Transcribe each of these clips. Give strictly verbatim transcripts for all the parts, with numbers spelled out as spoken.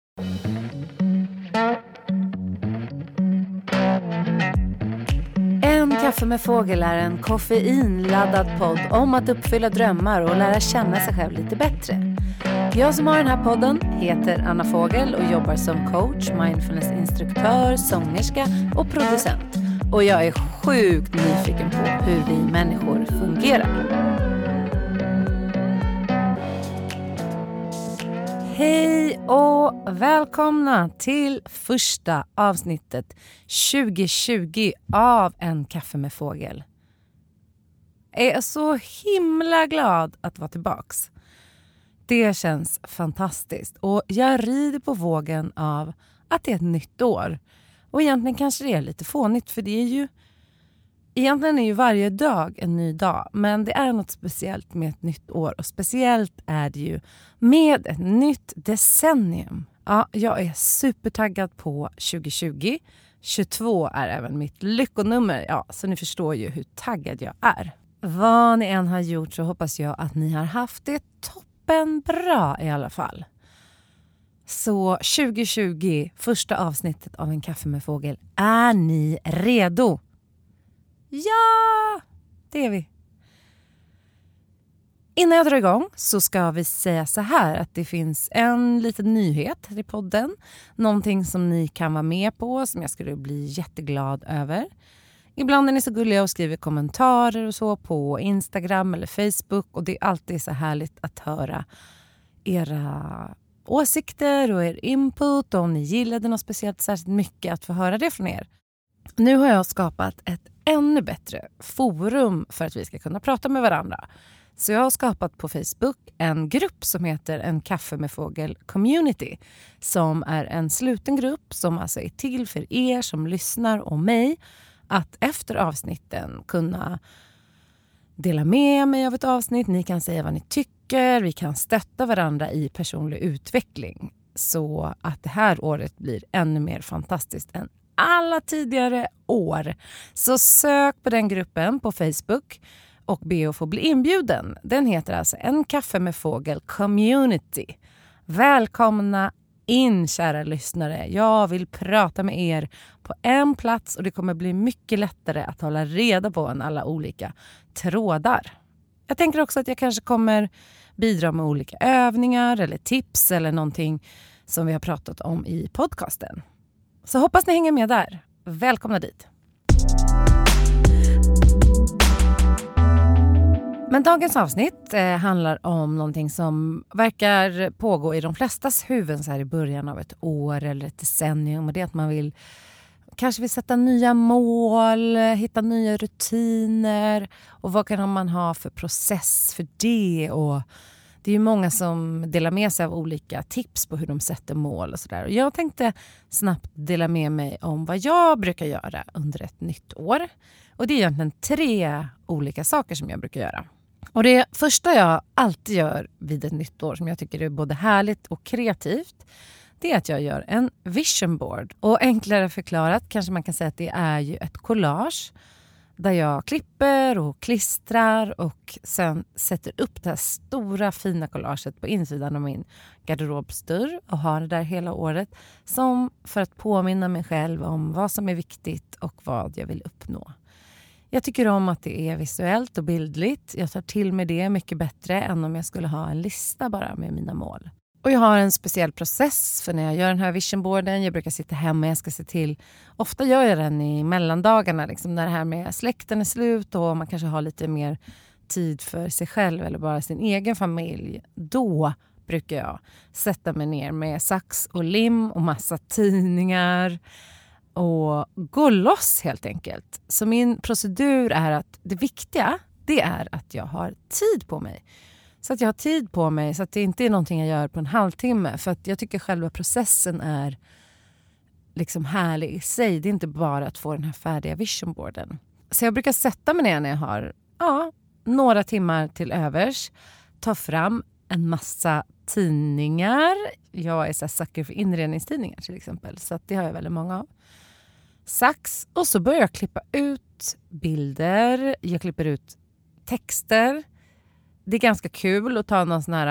En kaffe med fågel är en koffeinladdad podd om att uppfylla drömmar och lära känna sig själv lite bättre. Jag som har den här podden heter Anna Fågel och jobbar som coach, mindfulnessinstruktör, sångerska och producent. Och jag är sjukt nyfiken på hur vi människor fungerar. Hej och välkomna till första avsnittet tjugo tjugo av En kaffe med fågel. Jag är så himla glad att vara tillbaks. Det känns fantastiskt och jag rider på vågen av att det är ett nytt år. Och egentligen kanske det är lite fånigt, för det är ju egentligen är ju varje dag en ny dag, men det är något speciellt med ett nytt år, och speciellt är det ju med ett nytt decennium. Ja, jag är supertaggad på tjugo tjugo. tjugotvå är även mitt lyckonummer, ja, så ni förstår ju hur taggad jag är. Vad ni än har gjort så hoppas jag att ni har haft det toppen bra i alla fall. Så tjugo tjugo, första avsnittet av En kaffe med fågel. Är ni redo? Ja, det är vi. Innan jag drar igång så ska vi säga så här att det finns en liten nyhet i podden. Någonting som ni kan vara med på, som jag skulle bli jätteglad över. Ibland är ni så gulliga och skriver kommentarer och så på Instagram eller Facebook. Och det är alltid så härligt att höra era åsikter och er input. Och om ni gillade något speciellt särskilt mycket, att få höra det från er. Nu har jag skapat ett ännu bättre forum för att vi ska kunna prata med varandra. Så jag har skapat på Facebook en grupp som heter En kaffe med fågel community. Som är en sluten grupp som alltså är till för er som lyssnar och mig. Att efter avsnitten kunna dela med mig av ett avsnitt. Ni kan säga vad ni tycker. Vi kan stötta varandra i personlig utveckling. Så att det här året blir ännu mer fantastiskt än alla tidigare år. Så sök på den gruppen på Facebook och be att få bli inbjuden. Den heter alltså En kaffe med fågel community. Välkomna in, kära lyssnare. Jag vill prata med er på en plats, och det kommer bli mycket lättare att hålla reda på än alla olika trådar. Jag tänker också att jag kanske kommer bidra med olika övningar eller tips eller någonting som vi har pratat om i podcasten. Så hoppas ni hänger med där. Välkomna dit. Men dagens avsnitt eh, handlar om någonting som verkar pågå i de flestas huvuden så här i början av ett år eller ett decennium. Och det är att man vill kanske vill sätta nya mål, hitta nya rutiner. Och vad kan man ha för process för det? Och det är ju många som delar med sig av olika tips på hur de sätter mål och sådär. Och jag tänkte snabbt dela med mig om vad jag brukar göra under ett nytt år. Och det är egentligen tre olika saker som jag brukar göra. Och det första jag alltid gör vid ett nytt år, som jag tycker är både härligt och kreativt, det är att jag gör en vision board. Och enklare förklarat kanske man kan säga att det är ju ett collage där jag klipper och klistrar och sen sätter upp det här stora fina collaget på insidan av min garderobsdörr och har det där hela året, som för att påminna mig själv om vad som är viktigt och vad jag vill uppnå. Jag tycker om att det är visuellt och bildligt. Jag tar till mig det mycket bättre än om jag skulle ha en lista bara med mina mål. Och jag har en speciell process för när jag gör den här visionboarden. Jag brukar sitta hemma och jag ska se till. Ofta gör jag den i mellandagarna. Liksom när det här med släkten är slut och man kanske har lite mer tid för sig själv eller bara sin egen familj. Då brukar jag sätta mig ner med sax och lim och massa tidningar. Och gå loss helt enkelt. Så min procedur är att det viktiga, det är att jag har tid på mig. Så att jag har tid på mig så att det inte är någonting jag gör på en halvtimme. För att jag tycker själva processen är liksom härlig i sig. Det är inte bara att få den här färdiga visionboarden. Så jag brukar sätta mig ner när jag har ja, några timmar till övers. Ta fram en massa tidningar. Jag är så här sucker för inredningstidningar till exempel. Så att det har jag väldigt många av. Sax. Och så börjar jag klippa ut bilder. Jag klipper ut texter. Det är ganska kul att ta någon sån här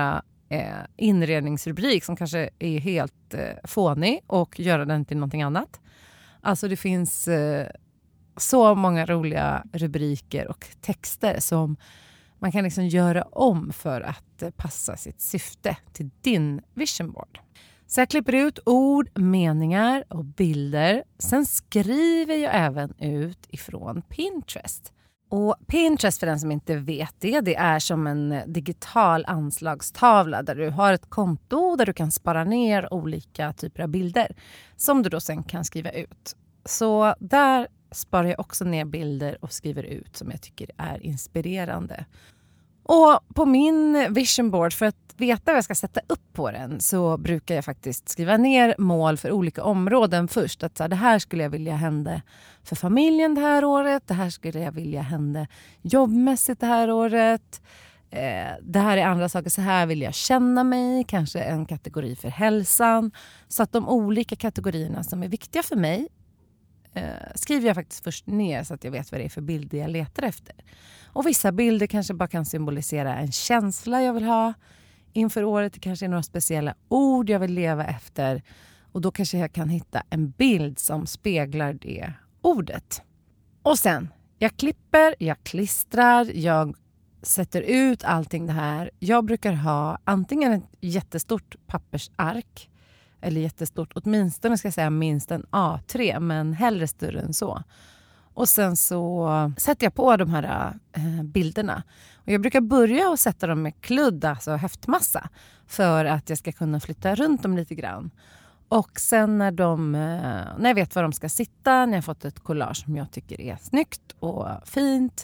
eh, inredningsrubrik som kanske är helt eh, fånig och göra den till någonting annat. Alltså det finns eh, så många roliga rubriker och texter som man kan liksom göra om för att eh, passa sitt syfte till din vision board. Så jag klipper ut ord, meningar och bilder. Sen skriver jag även ut ifrån Pinterest. Och Pinterest, för den som inte vet det, det är som en digital anslagstavla där du har ett konto där du kan spara ner olika typer av bilder som du då sen kan skriva ut. Så där sparar jag också ner bilder och skriver ut som jag tycker är inspirerande. Och på min vision board, för att veta vad jag ska sätta upp på den, så brukar jag faktiskt skriva ner mål för olika områden först. Att så här, det här skulle jag vilja hända för familjen det här året. Det här skulle jag vilja hända jobbmässigt det här året. Eh, det här är andra saker. Så här vill jag känna mig. Kanske en kategori för hälsan. Så att de olika kategorierna som är viktiga för mig eh, skriver jag faktiskt först ner så att jag vet vad det är för bilder jag letar efter. Och vissa bilder kanske bara kan symbolisera en känsla jag vill ha inför året. Det kanske är några speciella ord jag vill leva efter. Och då kanske jag kan hitta en bild som speglar det ordet. Och sen, jag klipper, jag klistrar, jag sätter ut allting det här. Jag brukar ha antingen ett jättestort pappersark. Eller jättestort, åtminstone ska jag säga minst en A tre, men hellre större än så. Och sen så sätter jag på de här eh, bilderna. Och jag brukar börja och sätta dem med kludd, alltså höftmassa. För att jag ska kunna flytta runt dem lite grann. Och sen när, de, eh, när jag vet var de ska sitta, när jag fått ett collage som jag tycker är snyggt och fint.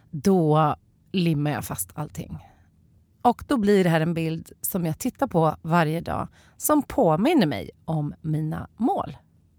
Då limmar jag fast allting. Och då blir det här en bild som jag tittar på varje dag. Som påminner mig om mina mål.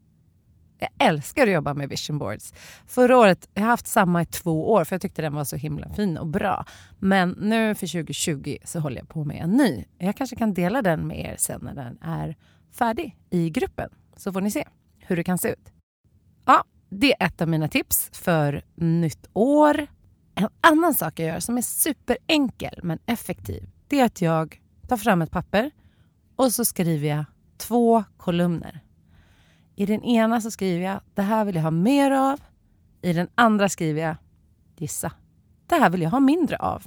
Jag älskar att jobba med vision boards. Förra året, jag har haft samma i två år för jag tyckte den var så himla fin och bra. Men nu för tjugo tjugo så håller jag på med en ny. Jag kanske kan dela den med er sen när den är färdig i gruppen. Så får ni se hur det kan se ut. Ja, det är ett av mina tips för nytt år. En annan sak jag gör som är superenkel men effektiv. Det är att jag tar fram ett papper och så skriver jag två kolumner. I den ena så skriver jag, det här vill jag ha mer av. I den andra skriver jag, gissa, det här vill jag ha mindre av.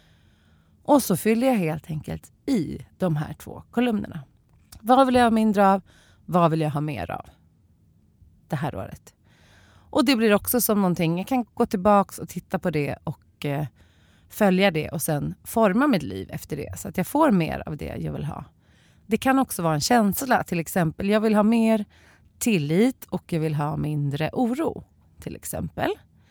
Och så fyller jag helt enkelt i de här två kolumnerna. Vad vill jag ha mindre av? Vad vill jag ha mer av? Det här året. Och det blir också som någonting, jag kan gå tillbaka och titta på det och eh, följa det. Och sen forma mitt liv efter det. Så att jag får mer av det jag vill ha. Det kan också vara en känsla, till exempel. Jag vill ha mer tillit och jag vill ha mindre oro, till exempel.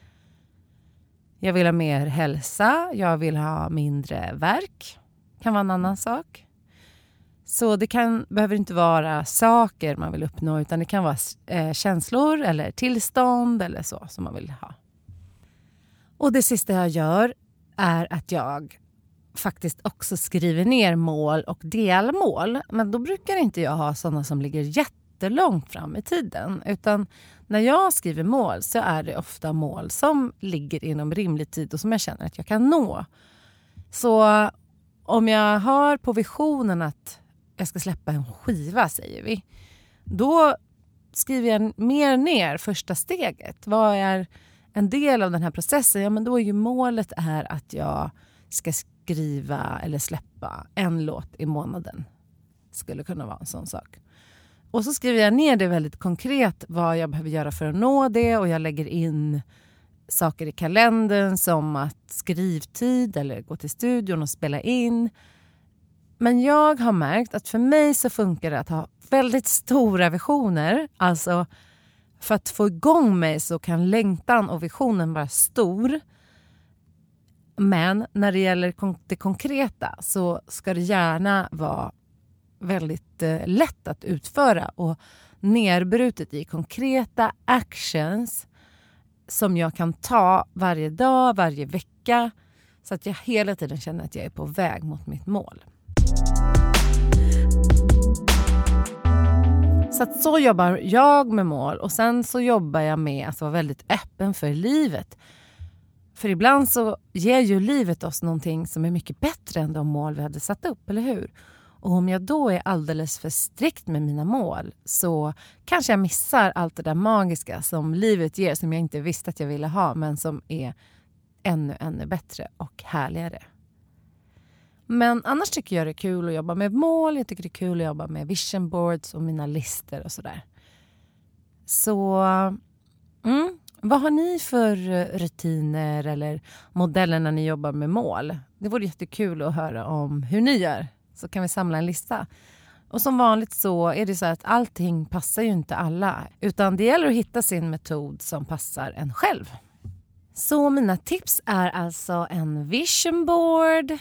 Jag vill ha mer hälsa, jag vill ha mindre värk. Kan vara en annan sak. Så det kan, behöver inte vara saker man vill uppnå utan det kan vara eh, känslor eller tillstånd eller så som man vill ha. Och det sista jag gör är att jag faktiskt också skriver ner mål och delmål. Men då brukar inte jag ha sådana som ligger jättelångt fram i tiden. Utan när jag skriver mål så är det ofta mål som ligger inom rimlig tid och som jag känner att jag kan nå. Så om jag har på visionen att jag ska släppa en skiva, säger vi. Då skriver jag mer ner första steget. Vad är en del av den här processen? Ja, men då är ju målet är att jag ska skriva eller släppa en låt i månaden. Skulle kunna vara en sån sak. Och så skriver jag ner det väldigt konkret vad jag behöver göra för att nå det. Och jag lägger in saker i kalendern som att skrivtid eller gå till studion och spela in. Men jag har märkt att för mig så funkar det att ha väldigt stora visioner. Alltså för att få igång mig så kan längtan och visionen vara stor. Men när det gäller det konkreta så ska det gärna vara väldigt eh, lätt att utföra. Och nerbrutet i konkreta actions som jag kan ta varje dag, varje vecka. Så att jag hela tiden känner att jag är på väg mot mitt mål. Så att så jobbar jag med mål. Och sen så jobbar jag med att vara väldigt öppen för livet. För ibland så ger ju livet oss någonting som är mycket bättre än de mål vi hade satt upp, eller hur? Och om jag då är alldeles för strikt med mina mål så kanske jag missar allt det där magiska som livet ger, som jag inte visste att jag ville ha, men som är ännu, ännu bättre och härligare. Men annars tycker jag det är kul att jobba med mål. Jag tycker det är kul att jobba med vision boards och mina listor och sådär. Så mm, vad har ni för rutiner eller modeller när ni jobbar med mål? Det vore jättekul att höra om hur ni gör. Så kan vi samla en lista. Och som vanligt så är det så att allting passar ju inte alla. Utan det gäller att hitta sin metod som passar en själv. Så mina tips är alltså en vision board,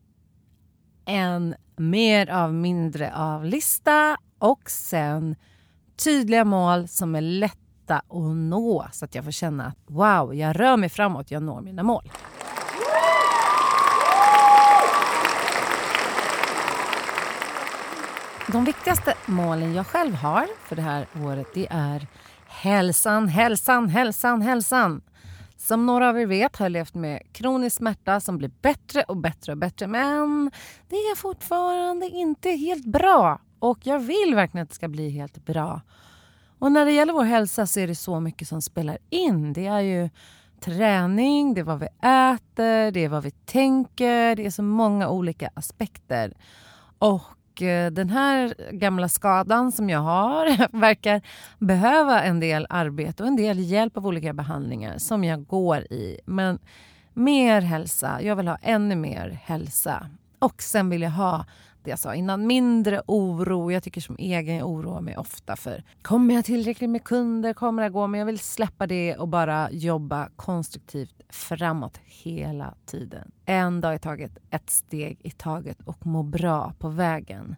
en mer av mindre av lista och sen tydliga mål som är lätta att nå så att jag får känna att wow, jag rör mig framåt, jag når mina mål. De viktigaste målen jag själv har för det här året, det är hälsan, hälsan, hälsan, hälsan. Som några av er vet har jag levt med kronisk smärta som blir bättre och bättre och bättre. Men det är fortfarande inte helt bra. Och jag vill verkligen att det ska bli helt bra. Och när det gäller vår hälsa så är det så mycket som spelar in. Det är ju träning, det är vad vi äter, det är vad vi tänker. Det är så många olika aspekter. Och den här gamla skadan som jag har verkar behöva en del arbete och en del hjälp av olika behandlingar som jag går i. Men mer hälsa, jag vill ha ännu mer hälsa. Och sen vill jag ha det jag sa innan, mindre oro. Jag tycker som egen jag oroar mig ofta för kommer jag tillräckligt med kunder, kommer jag gå, men jag vill släppa det och bara jobba konstruktivt framåt hela tiden. En dag i taget, ett steg i taget och må bra på vägen.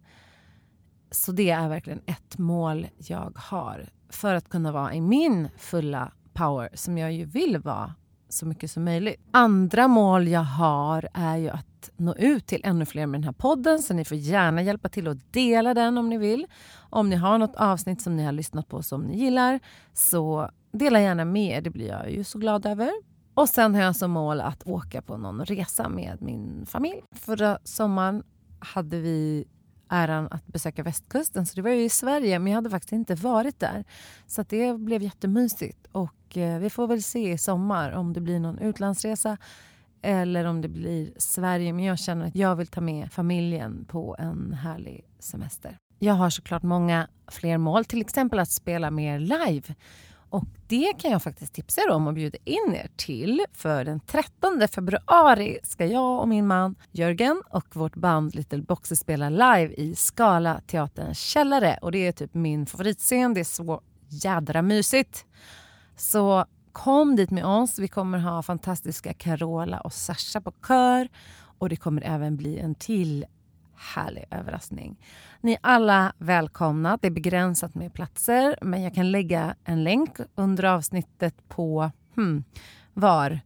Så det är verkligen ett mål jag har för att kunna vara i min fulla power som jag ju vill vara så mycket som möjligt. Andra mål jag har är ju att nå ut till ännu fler med den här podden, så ni får gärna hjälpa till att dela den om ni vill. Om ni har något avsnitt som ni har lyssnat på som ni gillar, så dela gärna med, det blir jag ju så glad över. Och sen har jag som mål att åka på någon resa med min familj. Förra sommaren hade vi äran att besöka västkusten, så det var ju i Sverige, men jag hade faktiskt inte varit där. Så att det blev jättemysigt och eh, vi får väl se i sommar om det blir någon utlandsresa eller om det blir Sverige. Men jag känner att jag vill ta med familjen på en härlig semester. Jag har såklart många fler mål, till exempel att spela mer live. Och det kan jag faktiskt tipsa er om och bjuda in er till. För den trettonde februari ska jag och min man Jörgen och vårt band Little Boxes spela live i Skala teaterns källare. Och det är typ min favoritscen, det är så jädra mysigt. Så kom dit med oss, vi kommer ha fantastiska Carola och Sasha på kör. Och det kommer även bli en till härlig överraskning. Ni är alla välkomna. Det är begränsat med platser, men jag kan lägga en länk under avsnittet på hmm, var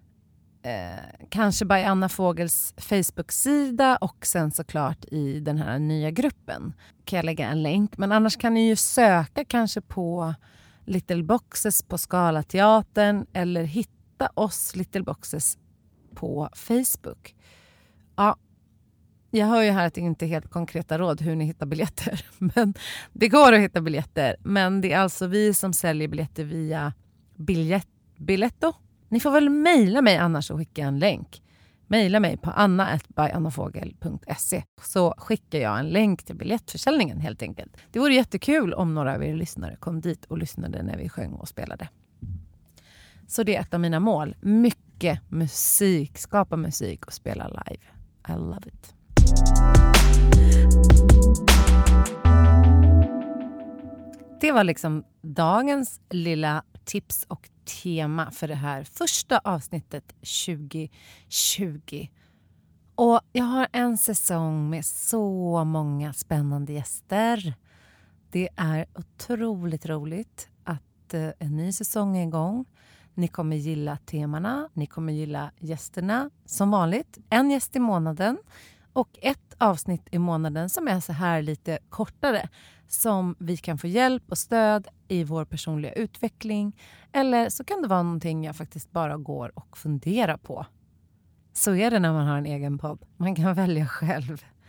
eh, kanske by Anna Fågels Facebook-sida och sen såklart i den här nya gruppen kan jag lägga en länk. Men annars kan ni ju söka kanske på Little Boxes på Skala teatern eller hitta oss Little Boxes på Facebook. Ja, jag hör ju här att det inte är helt konkreta råd hur ni hittar biljetter. Men det går att hitta biljetter. Men det är alltså vi som säljer biljetter via biljett, Biletto. Ni får väl mejla mig annars och skicka en länk. Mejla mig på anna at by annafogel punkt se så skickar jag en länk till biljettförsäljningen helt enkelt. Det vore jättekul om några av er lyssnare kom dit och lyssnade när vi sjöng och spelade. Så det är ett av mina mål. Mycket musik, skapa musik och spela live. I love it. Det var liksom dagens lilla tips och tema för det här första avsnittet tjugo tjugo. Och jag har en säsong med så många spännande gäster. Det är otroligt roligt att en ny säsong är igång. Ni kommer gilla temana, ni kommer gilla gästerna som vanligt. En gäst i månaden och ett avsnitt i månaden som är så här lite kortare. Som vi kan få hjälp och stöd i vår personliga utveckling. Eller så kan det vara någonting jag faktiskt bara går och funderar på. Så är det när man har en egen podd. Man kan välja själv.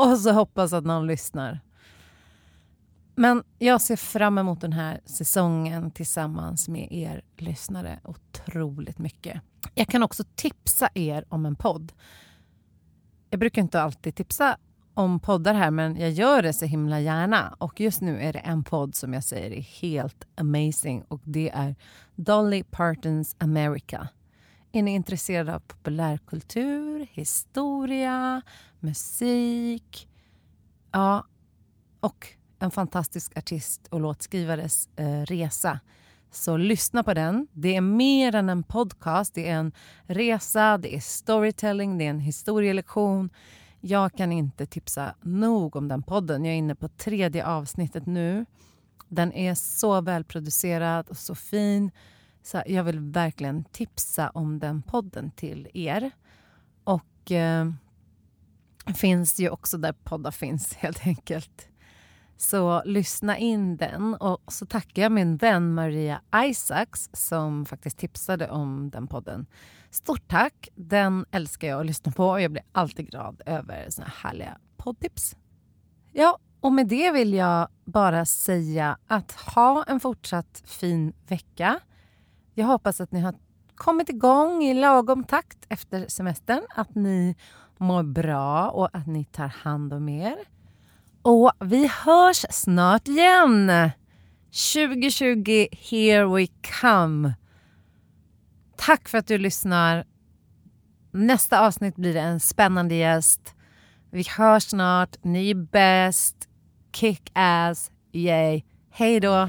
Och så hoppas att någon lyssnar. Men jag ser fram emot den här säsongen tillsammans med er lyssnare otroligt mycket. Jag kan också tipsa er om en podd. Jag brukar inte alltid tipsa om poddar här, men jag gör det så himla gärna. Och just nu är det en podd som jag säger är helt amazing. Och det är Dolly Partons America. Är ni intresserade av populärkultur, historia, musik? Ja, och en fantastisk artist och låtskrivares eh, resa. Så lyssna på den. Det är mer än en podcast. Det är en resa, det är storytelling, det är en historielektion. Jag kan inte tipsa nog om den podden. Jag är inne på tredje avsnittet nu. Den är så välproducerad och så fin. Så jag vill verkligen tipsa om den podden till er. Och eh, finns ju också där poddar finns helt enkelt. Så lyssna in den. Och så tackar jag min vän Maria Isaacs som faktiskt tipsade om den podden. Stort tack. Den älskar jag att lyssna på. Och jag blir alltid glad över såna här härliga poddtips. Ja, och med det vill jag bara säga att ha en fortsatt fin vecka. Jag hoppas att ni har kommit igång i lagom takt efter semestern. Att ni mår bra och att ni tar hand om er. Och vi hörs snart igen. tjugo tjugo, here we come. Tack för att du lyssnar. Nästa avsnitt blir det en spännande gäst. Vi hörs snart. Ni är bäst. Kick ass. Yay. Hej då.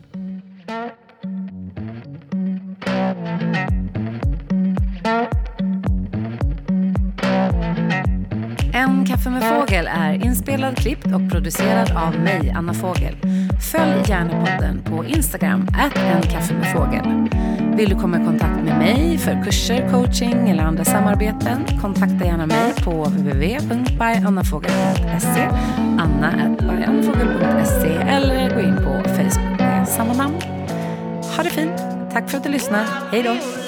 En kaffe med fågel är inspelad, klippt och producerad av mig, Anna Fågel. Följ gärna podden på Instagram, at en kaffe med fågel. Vill du komma i kontakt med mig för kurser, coaching eller andra samarbeten? Kontakta gärna mig på w w w punkt by anna fågel punkt se, anna at by anna fågel punkt se eller gå in på Facebook med samma namn. Ha det fint, tack för att du lyssnar, hej då!